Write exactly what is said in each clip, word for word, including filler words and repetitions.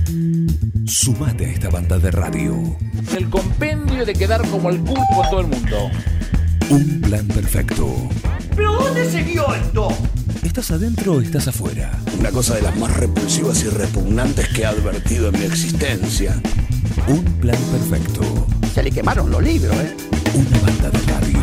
Sumate a esta banda de radio. El compendio de quedar como el culo con todo el mundo. Un plan perfecto. ¿Pero dónde se vio esto? ¿Estás adentro o estás afuera? Una cosa de las más repulsivas y repugnantes que he advertido en mi existencia. Un plan perfecto. Se le quemaron los libros, ¿eh? Una banda de radio.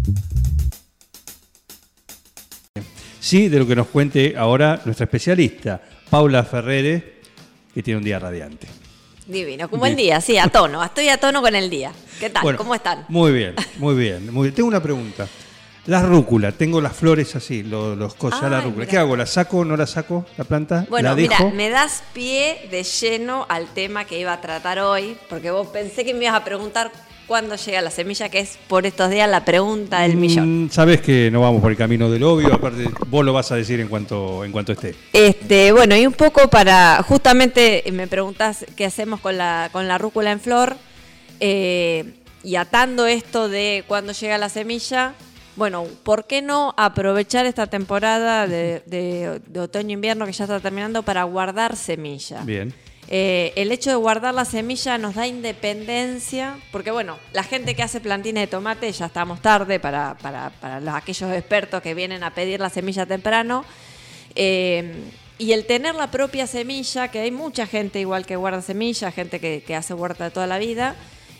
Sí, de lo que nos cuente ahora nuestra especialista, Paula Ferreres, que tiene un día radiante. Divino, como el día, sí, a tono. Estoy a tono con el día. ¿Qué tal? Bueno, ¿Cómo están? Muy bien, muy bien, muy bien. Tengo una pregunta. La rúcula, tengo las flores así, los, los cosas, Ay, la rúcula. mira. ¿Qué hago? ¿La saco no la saco, la planta? Bueno, ¿La mira, dejo? me das pie de lleno al tema que iba a tratar hoy, porque vos pensé que me ibas a preguntar cuándo llega la semilla, que es por estos días la pregunta del millón. Mm, sabes que no vamos por el camino del obvio, aparte vos lo vas a decir en cuanto, en cuanto esté. Este, bueno, y un poco para, justamente me preguntás qué hacemos con la, con la rúcula en flor, eh, y atando esto de cuándo llega la semilla. Bueno, ¿por qué no aprovechar esta temporada de, de, de otoño-invierno que ya está terminando para guardar semilla? Bien. Eh, el hecho de guardar la semilla nos da independencia, porque bueno, la gente que hace plantines de tomate, ya estamos tarde para, para, para los, aquellos expertos que vienen a pedir la semilla temprano, eh, y el tener la propia semilla, que hay mucha gente igual que guarda semilla, gente que, que hace huerta de toda la vida,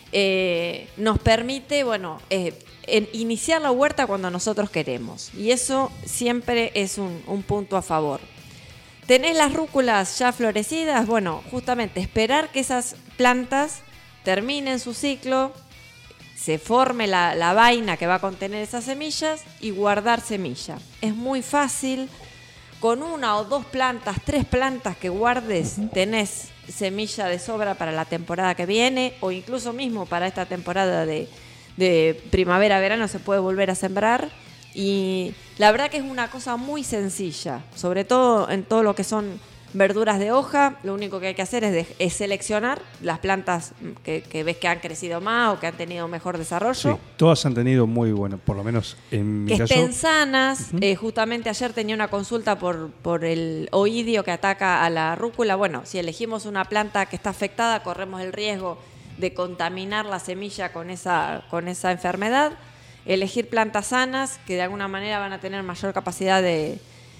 eh, nos permite, bueno, eh, en iniciar la huerta cuando nosotros queremos, y eso siempre es un, un punto a favor. ¿Tenés las rúculas ya florecidas? Bueno, justamente esperar que esas plantas terminen su ciclo, se forme la, la vaina que va a contener esas semillas y guardar semilla. Es muy fácil, con una o dos plantas, tres plantas que guardes, tenés semilla de sobra para la temporada que viene, o incluso mismo para esta temporada de, de primavera-verano se puede volver a sembrar. Y la verdad que es una cosa muy sencilla, sobre todo en todo lo que son verduras de hoja. Lo único que hay que hacer es, de, es seleccionar las plantas que, que ves que han crecido más o que han tenido mejor desarrollo. Sí, todas han tenido muy bueno, por lo menos en mi que caso. estén sanas. Uh-huh. eh, justamente ayer tenía una consulta por, por el oidio que ataca a la rúcula. Bueno, si elegimos una planta que está afectada, corremos el riesgo de contaminar la semilla con esa, con esa enfermedad. Elegir plantas sanas que de alguna manera van a tener mayor capacidad de,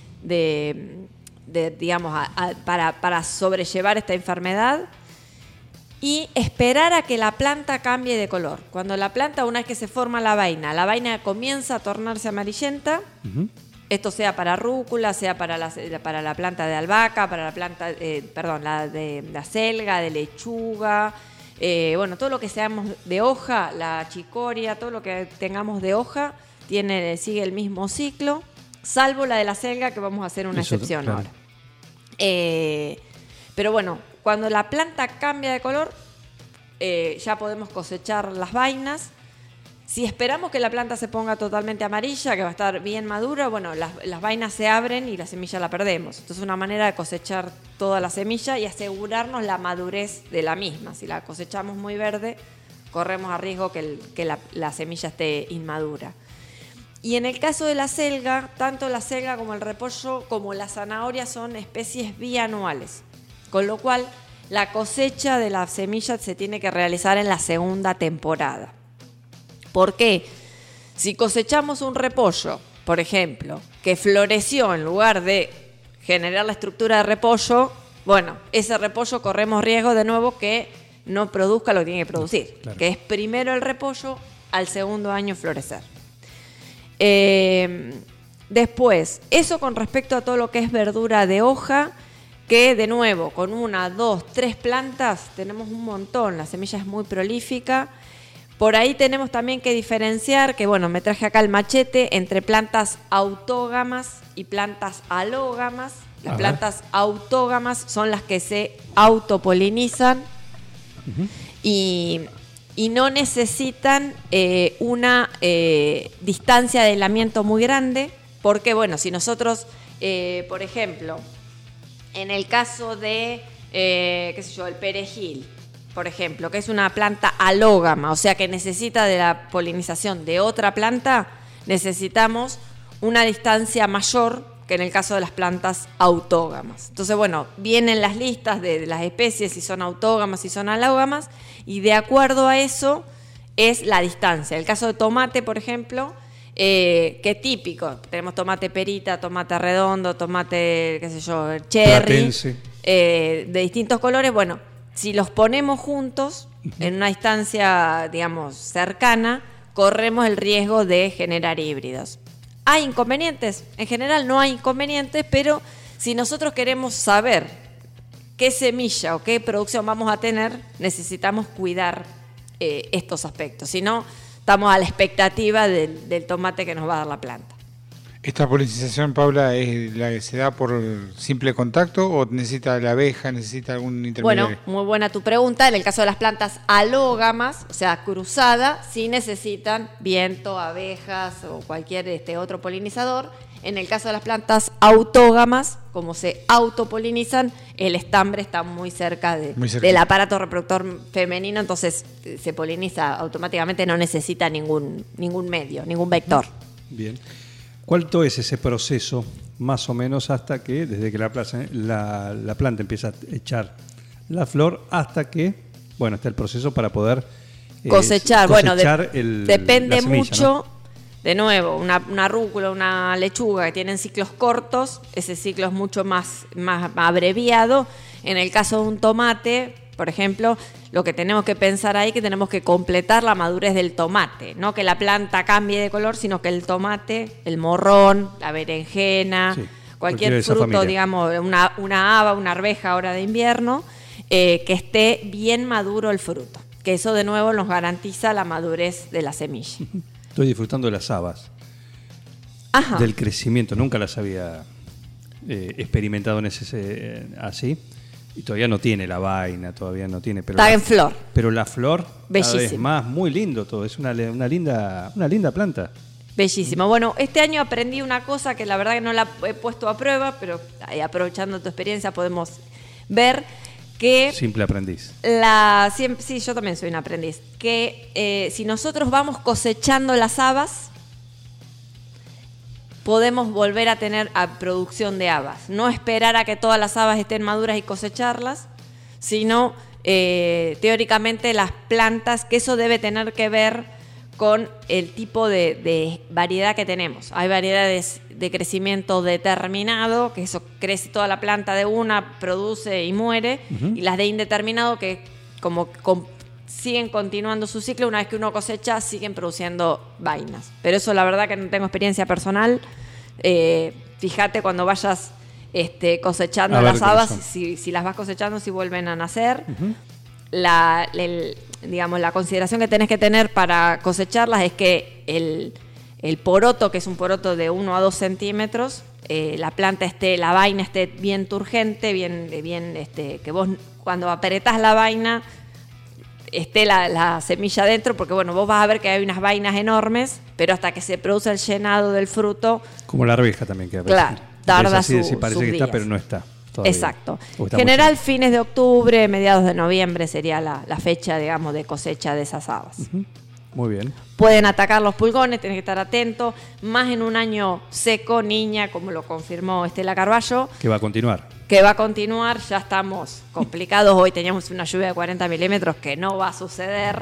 de, de digamos, a, a, para, para sobrellevar esta enfermedad, y esperar a que la planta cambie de color. Cuando la planta, una vez que se forma la vaina, la vaina comienza a tornarse amarillenta, uh-huh. Esto sea para rúcula, sea para la, para la planta de albahaca, para la planta, eh, perdón, la de la selga, de lechuga. Eh, bueno, todo lo que seamos de hoja, la chicoria, todo lo que tengamos de hoja tiene, sigue el mismo ciclo, salvo la de la selga, que vamos a hacer una Eso, excepción claro. ahora. Eh, pero bueno, cuando la planta cambia de color, eh, ya podemos cosechar las vainas. Si esperamos que la planta se ponga totalmente amarilla, que va a estar bien madura, bueno, las, las vainas se abren y la semilla la perdemos. Entonces es una manera de cosechar toda la semilla y asegurarnos la madurez de la misma. Si la cosechamos muy verde, corremos a riesgo que, el, que la, la semilla esté inmadura. Y en el caso de la selga, tanto la selga como el repollo como la zanahoria son especies bianuales, con lo cual la cosecha de la semilla se tiene que realizar en la segunda temporada. ¿Por qué? Si cosechamos un repollo, por ejemplo, que floreció en lugar de generar la estructura de repollo, bueno, ese repollo corremos riesgo de nuevo que no produzca lo que tiene que producir, claro. Que es primero el repollo, al segundo año florecer. Eh, después, eso con respecto a todo lo que es verdura de hoja, que de nuevo, con una, dos, tres plantas tenemos un montón, la semilla es muy prolífica. Por ahí tenemos también que diferenciar, que bueno, me traje acá el machete, entre plantas autógamas y plantas alógamas. Las Ajá. plantas autógamas son las que se autopolinizan uh-huh. y, y no necesitan eh, una eh, distancia de aislamiento muy grande, porque bueno, si nosotros, eh, por ejemplo, en el caso de, eh, qué sé yo, el perejil, por ejemplo, que es una planta alógama, o sea que necesita de la polinización de otra planta, necesitamos una distancia mayor que en el caso de las plantas autógamas. Entonces, bueno, vienen las listas de, de las especies, si son autógamas, si son alógamas, y de acuerdo a eso es la distancia. El caso de tomate, por ejemplo, eh, que típico, tenemos tomate perita, tomate redondo, tomate, qué sé yo, cherry, eh, de distintos colores. Bueno, si los ponemos juntos en una distancia, digamos, cercana, corremos el riesgo de generar híbridos. ¿Hay inconvenientes? En general no hay inconvenientes, pero si nosotros queremos saber qué semilla o qué producción vamos a tener, necesitamos cuidar eh, estos aspectos. Si no, estamos a la expectativa del, del tomate que nos va a dar la planta. ¿Esta polinización, Paula, es la que se da por simple contacto o necesita la abeja, necesita algún intermediario? Bueno, muy buena tu pregunta. En el caso de las plantas alógamas, o sea, cruzadas, sí necesitan viento, abejas o cualquier este, otro polinizador. En el caso de las plantas autógamas, como se autopolinizan, el estambre está muy cerca, de, muy cerca del aparato reproductor femenino, entonces se poliniza automáticamente, no necesita ningún, ningún medio, ningún vector. Bien. ¿Cuánto es ese proceso, más o menos, hasta que, desde que la, plaza, la, la planta empieza a echar la flor, hasta que, bueno, está el proceso para poder eh, cosechar? Bueno, de, el, depende semilla, mucho, ¿no? De nuevo, una, una rúcula, una lechuga que tienen ciclos cortos, ese ciclo es mucho más, más abreviado. En el caso de un tomate, por ejemplo, lo que tenemos que pensar ahí es que tenemos que completar la madurez del tomate, no que la planta cambie de color, sino que el tomate, el morrón, la berenjena, sí, cualquier fruto, digamos, una, una haba, una arveja ahora de invierno, eh, que esté bien maduro el fruto, que eso de nuevo nos garantiza la madurez de la semilla. Estoy disfrutando de las habas, Ajá. del crecimiento, nunca las había eh, experimentado en ese eh, así. Y todavía no tiene la vaina, todavía no tiene. Pero Está la, en flor. Pero la flor, bellísima. Cada vez más, muy lindo todo. Es una, una, linda, una linda planta. Bellísimo. Bueno, este año aprendí una cosa que la verdad que no la he puesto a prueba, pero ahí, aprovechando tu experiencia podemos ver que... Simple aprendiz. La, sí, sí, yo también soy un aprendiz. Que eh, si nosotros vamos cosechando las habas, podemos volver a tener a producción de habas. No esperar a que todas las habas estén maduras y cosecharlas, sino eh, teóricamente las plantas, que eso debe tener que ver con el tipo de, de variedad que tenemos. Hay variedades de crecimiento determinado, que eso crece toda la planta de una, produce y muere, uh-huh. y las de indeterminado que como con, siguen continuando su ciclo, una vez que uno cosecha, siguen produciendo vainas. Pero eso la verdad que no tengo experiencia personal. Eh, fíjate cuando vayas este, cosechando las habas, si, si las vas cosechando, si vuelven a nacer. Uh-huh. La, el, digamos, la consideración que tenés que tener para cosecharlas es que el, el poroto, que es un poroto de uno a dos centímetros, eh, la planta esté, la vaina esté bien turgente, bien, bien este, que vos cuando apretás la vaina esté la, la semilla dentro, porque bueno, vos vas a ver que hay unas vainas enormes, pero hasta que se produce el llenado del fruto... Como la arveja también que Claro, tarda su, sí, parece que días. Está, pero no está. Todavía. Exacto. General, fines de octubre, mediados de noviembre sería la, la fecha, digamos, de cosecha de esas habas. Uh-huh. Muy bien. Pueden atacar los pulgones, tenés que estar atento, más en un año seco, niña, como lo confirmó Estela Carballo. Que va a continuar. Que va a continuar, ya estamos complicados. Hoy teníamos una lluvia de cuarenta milímetros que no va a suceder.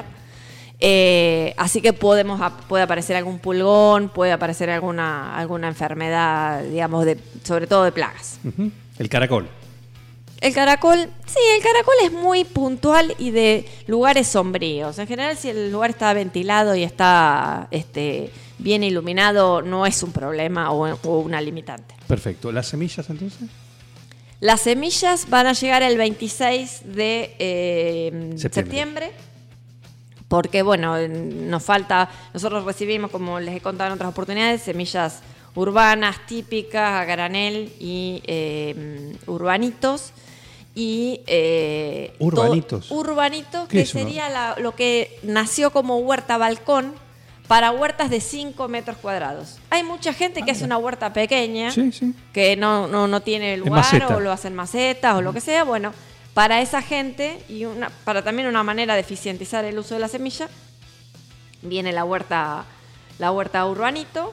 Eh, así que podemos puede aparecer algún pulgón, puede aparecer alguna, alguna enfermedad, digamos, de, sobre todo de plagas. Uh-huh. El caracol. El caracol, sí, el caracol es muy puntual y de lugares sombríos. En general, si el lugar está ventilado y está este, bien iluminado, no es un problema o, o una limitante. Perfecto. ¿Las semillas entonces? Las semillas van a llegar el veintiséis de eh, septiembre. septiembre, porque bueno, nos falta, nosotros recibimos, como les he contado en otras oportunidades, semillas urbanas, típicas, a granel y eh, urbanitos. Y eh, urbanitos. Todo, urbanitos, que sería la, lo que nació como huerta balcón para huertas de cinco metros cuadrados. Hay mucha gente que ah, hace una huerta pequeña, sí, sí. que no, no, no tiene lugar o lo hace en macetas o lo que sea. Bueno, para esa gente y una, para también una manera de eficientizar el uso de la semilla, viene la huerta, la huerta urbanito.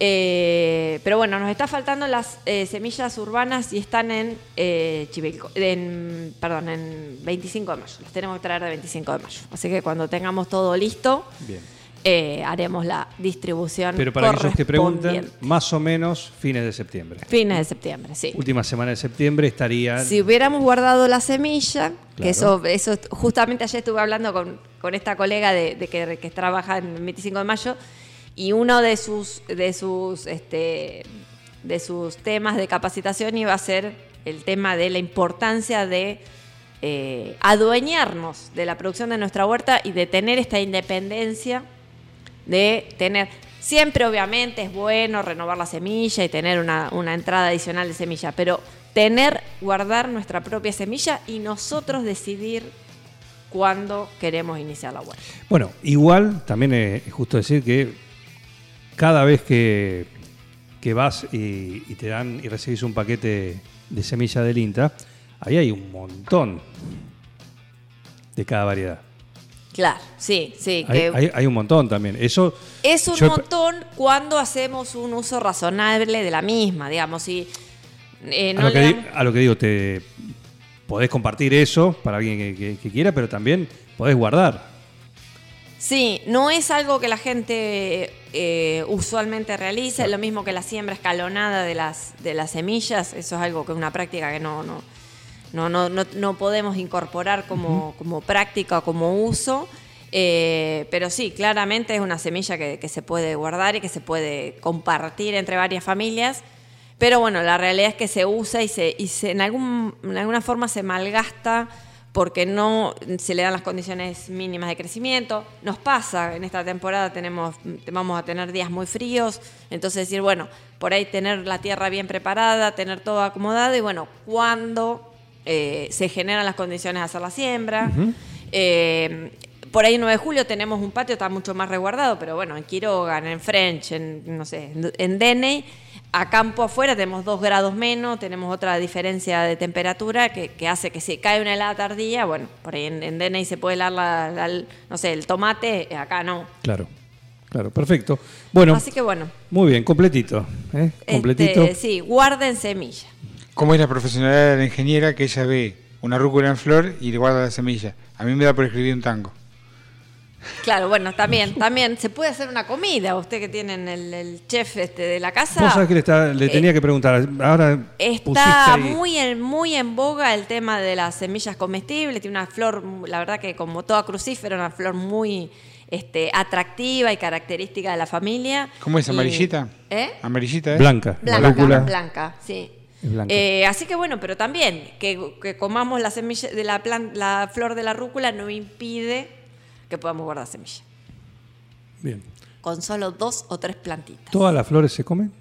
Eh, pero bueno, nos está faltando las eh, semillas urbanas y están en eh, Chivilco, en, perdón, en veinticinco de mayo. Las tenemos que traer de veinticinco de mayo. Así que cuando tengamos todo listo, eh, haremos la distribución. Pero para aquellos que preguntan, correspondiente. más o menos fines de septiembre. Fines de septiembre, sí. Última semana de septiembre estaría. Si hubiéramos guardado la semilla, Claro. que eso, eso justamente ayer estuve hablando con, con esta colega de, de que, que trabaja en veinticinco de mayo, y uno de sus, de sus, este, de sus temas de capacitación iba a ser el tema de la importancia de eh, adueñarnos de la producción de nuestra huerta y de tener esta independencia de tener. Siempre, obviamente, es bueno renovar la semilla y tener una, una entrada adicional de semilla, pero tener, guardar nuestra propia semilla y nosotros decidir cuándo queremos iniciar la huerta. Bueno, igual también es justo decir que cada vez que, que vas y, y te dan y recibís un paquete de semilla del INTA, ahí hay un montón de cada variedad. Claro, sí, sí. Hay, que hay, hay un montón también. Eso es un yo- montón cuando hacemos un uso razonable de la misma, digamos. Si, eh, a, no lo le que di- damos- a lo que digo, te podés compartir eso para alguien que, que- que quiera, pero también podés guardar. Sí, no es algo que la gente eh, usualmente realiza, es lo mismo que la siembra escalonada de las, de las semillas, eso es algo que es una práctica que no, no, no, no, no, no podemos incorporar como, uh-huh. como práctica o como uso, eh, pero sí, claramente es una semilla que, que se puede guardar y que se puede compartir entre varias familias, pero bueno, la realidad es que se usa y, se, y se, en, algún, en alguna forma se malgasta porque no se le dan las condiciones mínimas de crecimiento. Nos pasa, en esta temporada tenemos, vamos a tener días muy fríos, entonces decir, bueno, por ahí tener la tierra bien preparada, tener todo acomodado y bueno, cuando eh, se generan las condiciones de hacer la siembra. Uh-huh. Eh, por ahí en nueve de julio tenemos un patio, está mucho más resguardado, pero bueno, en Quiroga, en French, en, no sé, en Deney, a campo afuera tenemos dos grados menos, tenemos otra diferencia de temperatura que, que hace que si cae una helada tardía, bueno, por ahí en, en Deney se puede helar la, la, no sé, el tomate, acá no. Claro, claro, perfecto. Bueno, así que bueno. Muy bien, completito, ¿eh? Completito. Este, sí, guarden semilla. ¿Cómo es la profesionalidad de la ingeniera que ella ve una rúcula en flor y le guarda la semilla? A mí me da por escribir un tango. Claro, bueno, también, también se puede hacer una comida. Usted que tienen el, el chef este de la casa. Vos sabés que le, está, le tenía eh, que preguntar. Ahora está ahí... muy en, muy en boga el tema de las semillas comestibles. Tiene una flor, la verdad que como toda crucífera, una flor muy este, atractiva y característica de la familia. ¿Cómo es? ¿Amarillita? Y, ¿Eh? ¿Amarillita? ¿eh? Blanca. Blanca, Rúcula. blanca, sí. Blanca. Eh, así que bueno, pero también que, que comamos la semilla de la, plan, la flor de la rúcula no impide que podamos guardar semilla. Bien. Con solo dos o tres plantitas. ¿Todas las flores se comen?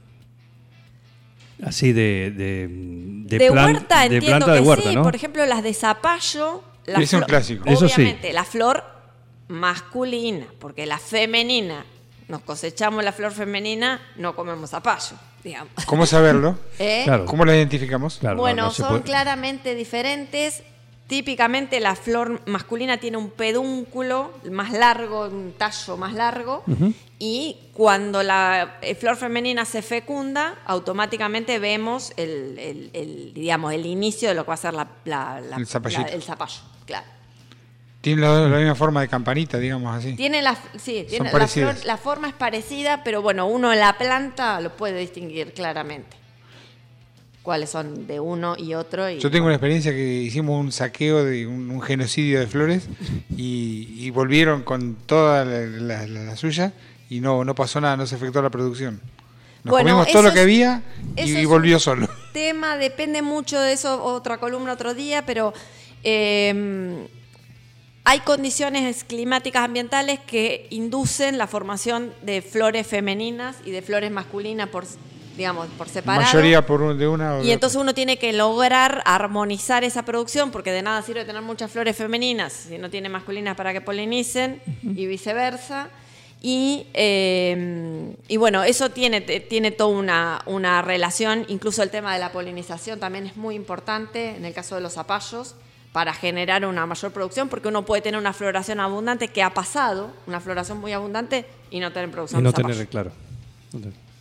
Así de de, de, de plan, huerta, de entiendo planta que de huerta, sí. ¿no? Por ejemplo, las de zapallo. La es un clásico. Eso sí. Obviamente, la flor masculina, porque la femenina, nos cosechamos la flor femenina, no comemos zapallo, digamos. ¿Cómo saberlo? ¿Eh? Claro. ¿Cómo la identificamos? Claro, Bueno, no, no se son puede- claramente diferentes. Típicamente la flor masculina tiene un pedúnculo más largo, un tallo más largo, uh-huh. y cuando la eh, flor femenina se fecunda, automáticamente vemos el, el, el, digamos, el inicio de lo que va a ser la, la, la, el zapallito. la, el zapallo, claro. Tiene la, la misma forma de campanita, digamos así. Tiene la, sí, tiene, la, parecidas. flor, la forma es parecida, pero bueno, uno en la planta lo puede distinguir claramente. Cuáles son de uno y otro. Y, Yo tengo una experiencia que hicimos un saqueo, de un, un genocidio de flores y, y volvieron con toda la, la, la, la suya y no, no pasó nada, no se afectó la producción. Nos Bueno, comimos todo lo que es, había y, y volvió solo. Tema, depende mucho de eso, otra columna otro día, pero eh, hay condiciones climáticas ambientales que inducen la formación de flores femeninas y de flores masculinas por digamos, por separado. Mayoría por un, de una o Y de entonces uno tiene que lograr armonizar esa producción, porque de nada sirve tener muchas flores femeninas si no tiene masculinas para que polinicen, uh-huh. y viceversa. Y, eh, y bueno, eso tiene, tiene toda una, una relación, incluso el tema de la polinización también es muy importante en el caso de los zapallos, para generar una mayor producción, porque uno puede tener una floración abundante que ha pasado, una floración muy abundante, y no tener producción y no de zapallo. tener, claro.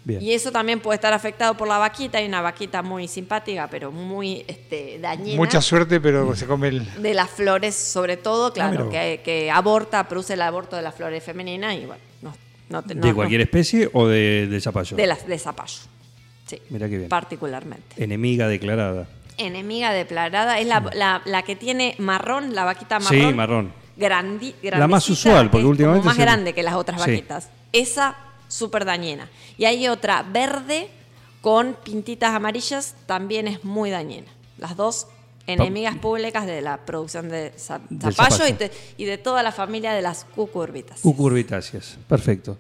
Bien. Y eso también puede estar afectado por la vaquita. Hay una vaquita muy simpática, pero muy este, dañina. Mucha suerte, pero se come el... De las flores, sobre todo, claro, Ah, que, que aborta, produce el aborto de las flores femeninas y bueno, no, no te- no- ¿De no- cualquier especie o de, de zapallo? de las de zapallo. Sí, Mirá qué bien. particularmente. Enemiga declarada. Enemiga declarada es la, la, la que tiene marrón, la vaquita marrón. Sí, marrón. Grandi, La más grandecita, usual, porque que es como últimamente más se- grande que las otras Sí. vaquitas. Esa súper dañina. Y hay otra verde con pintitas amarillas, también es muy dañina. Las dos enemigas públicas de la producción de za- Del zapallo, zapallo. Y, de, y de toda la familia de las cucurbitas. Cucurbitáceas. Perfecto.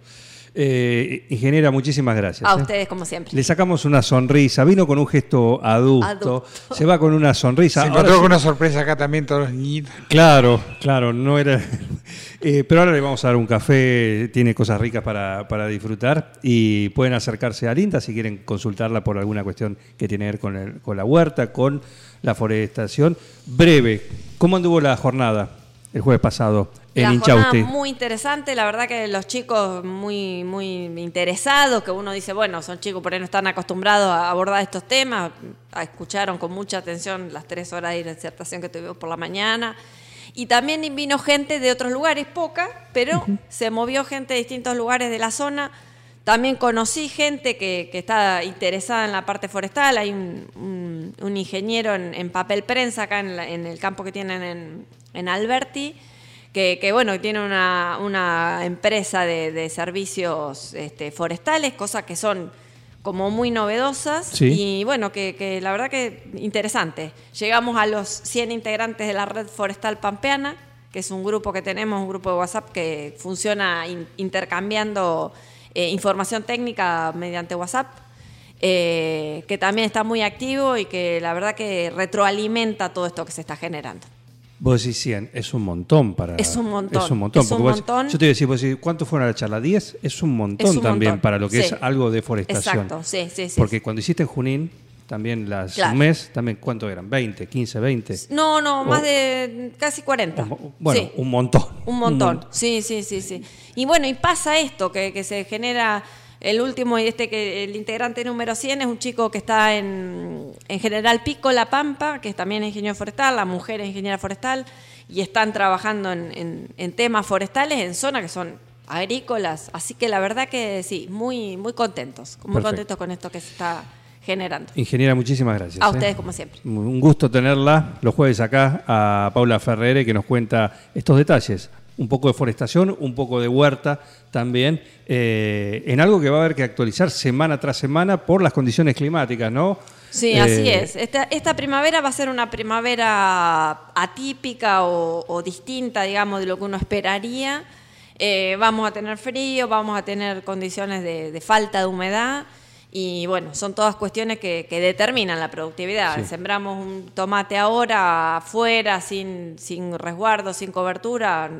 Eh, ingeniera, muchísimas gracias. A ¿eh? ustedes, como siempre. Le sacamos una sonrisa. Vino con un gesto adulto. Adulto. Se va con una sonrisa. Se Ahora encontró sí- con una sorpresa acá también, todos los niñitos. Claro, claro, no era. Eh, pero ahora le vamos a dar un café, tiene cosas ricas para, para disfrutar y pueden acercarse al INTA si quieren consultarla por alguna cuestión que tiene que ver con, el- con la huerta, con la forestación. Breve, ¿cómo anduvo la jornada el jueves pasado en La Inchausti? jornada muy interesante, la verdad que los chicos muy muy interesados, que uno dice, bueno, son chicos por ahí no están acostumbrados a abordar estos temas, a- escucharon con mucha atención las tres horas de disertación que tuvimos por la mañana. Y también vino gente de otros lugares, poca, pero se movió gente de distintos lugares de la zona. También conocí gente que, que está interesada en la parte forestal. Hay un, un- un ingeniero en, en papel prensa acá en, la- en el campo que tienen en, en Alberti, que, que bueno, que tiene una, una empresa de, de servicios este, forestales, cosas que son como muy novedosas. Sí. Y bueno, que, que la verdad que interesante. Llegamos a los cien integrantes de la Red Forestal Pampeana, que es un grupo que tenemos, un grupo de WhatsApp que funciona in- intercambiando eh, información técnica mediante WhatsApp, eh, que también está muy activo y que la verdad que retroalimenta todo esto que se está generando. Vos decís cien, es un montón para... Es un montón, Es un montón. es un porque vos- montón. Yo te iba a decir, vos decís, ¿cuánto fueron a la charla? ¿diez? Es un montón Es un también montón, para lo que sí. es algo de forestación. Exacto, sí, sí, sí. Porque cuando hiciste en Junín, también las Claro. un mes, también ¿cuánto eran? ¿veinte, quince, veinte? No, no, más O- de casi cuarenta. O- Bueno, Sí. un montón. Un montón, sí, sí, sí, sí. Y bueno, y pasa esto, que, que se genera, el último, este que el integrante número cien es un chico que está en, en General Pico, La Pampa, que es también ingeniero forestal, la mujer es ingeniera forestal, y están trabajando en, en- en temas forestales en zonas que son agrícolas, así que la verdad que sí, muy, muy contentos, muy Perfecto. contentos con esto que se está generando. Ingeniera, muchísimas gracias. A ¿eh? ustedes, como siempre. Un gusto tenerla los jueves acá, a Paula Ferrere, que nos cuenta estos detalles. Un poco de forestación, un poco de huerta también, eh, en algo que va a haber que actualizar semana tras semana por las condiciones climáticas, ¿no? Sí, Eh, así es. Esta, esta primavera va a ser una primavera atípica o, o distinta, digamos, de lo que uno esperaría. Eh, vamos a tener frío, vamos a tener condiciones de, de falta de humedad y bueno, son todas cuestiones que, que determinan la productividad. Sí. Sembramos un tomate ahora afuera, sin, sin resguardo, sin cobertura.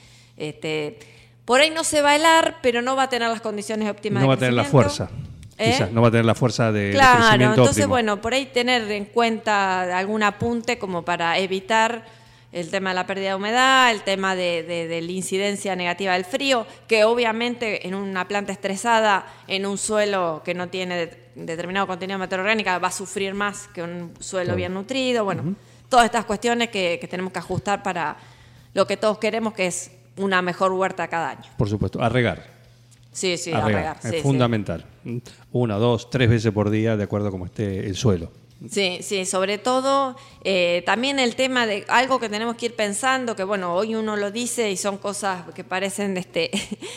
Este, por ahí no se va a helar, pero no va a tener las condiciones óptimas No de va a tener la crecimiento. fuerza. ¿Eh? Quizás no va a tener la fuerza de, de Claro, crecimiento entonces óptimo. bueno, por ahí tener en cuenta algún apunte como para evitar el tema de la pérdida de humedad, el tema de, de, de la incidencia negativa del frío, que obviamente en una planta estresada, en un suelo que no tiene de- determinado contenido de materia orgánica, va a sufrir más que un suelo Claro. bien nutrido. Bueno, todas estas cuestiones que, que tenemos que ajustar para lo que todos queremos, que es una mejor huerta cada año. Por supuesto, a regar. Sí, sí, a a regar. regar. Es sí, sí. fundamental. Una, dos, tres veces por día, de acuerdo a cómo esté el suelo. Sí, sí, sobre todo eh, también el tema de algo que tenemos que ir pensando, que bueno, hoy uno lo dice y son cosas que parecen de, este,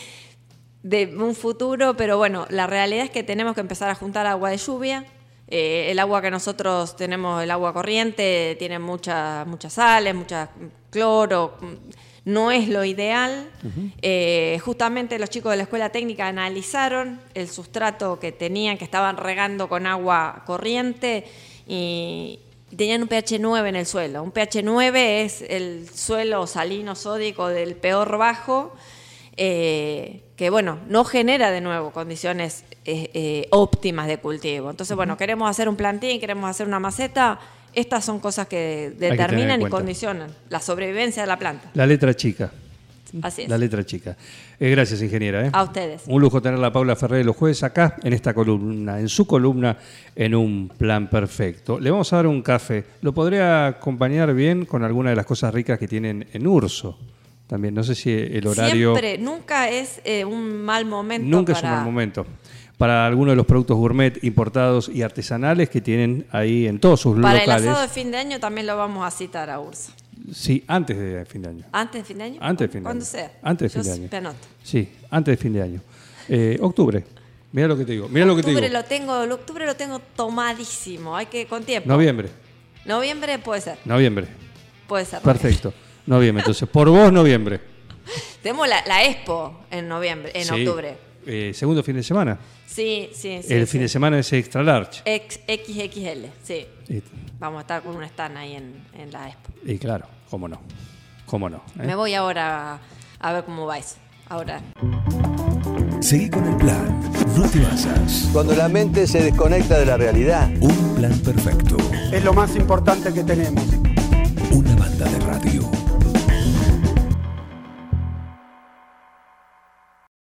de un futuro, pero bueno, la realidad es que tenemos que empezar a juntar agua de lluvia. Eh, el agua que nosotros tenemos, el agua corriente, tiene muchas muchas sales, mucha cloro, no es lo ideal. Eh, justamente los chicos de la escuela técnica analizaron el sustrato que tenían, que estaban regando con agua corriente y tenían un pH nueve en el suelo. Un pH nueve es el suelo salino sódico del peor bajo, eh, que bueno, no genera de nuevo condiciones eh, eh, óptimas de cultivo. Entonces, bueno, queremos hacer un plantín, queremos hacer una maceta. Estas son cosas que tener en determinan y cuenta. condicionan la sobrevivencia de la planta. La letra chica. Así es. La letra chica. Eh, gracias, ingeniera. ¿eh? A ustedes. Un lujo tener a la Paula Ferrer los jueves acá, en esta columna, en su columna, en Un Plan Perfecto. Le vamos a dar un café. Lo podría acompañar bien con alguna de las cosas ricas que tienen en Urso. También, no sé si el horario... Siempre, nunca es eh, un mal momento Nunca para... es un mal momento. Para algunos de los productos gourmet importados y artesanales que tienen ahí en todos sus Para locales. el asado de fin de año también lo vamos a citar a Urso. Sí, antes de fin de año. ¿Antes de fin de año? Antes de fin de Cuando año. sea. Antes de Yo fin de año. te anoto. Sí, antes de fin de año. Eh, octubre. Mira lo que te digo. Mira lo que te digo. Octubre lo tengo, el octubre lo tengo tomadísimo. Hay que con tiempo. Noviembre. Noviembre puede ser. Noviembre. Puede ser. Perfecto. Noviembre. Entonces, por vos, noviembre. Tenemos la, la Expo en noviembre, en Sí. octubre. Eh, segundo fin de semana. Sí, sí, sí. El sí. fin de semana es extra large. X- X X L, sí. Y, Vamos a estar con un stand ahí en, en la Expo. y claro, cómo no. Cómo no. ¿eh? Me voy ahora a, a ver cómo va eso. Ahora. Seguí con el plan. No te basas. Cuando la mente se desconecta de la realidad. Un plan perfecto. Es lo más importante que tenemos. Una banda de radio.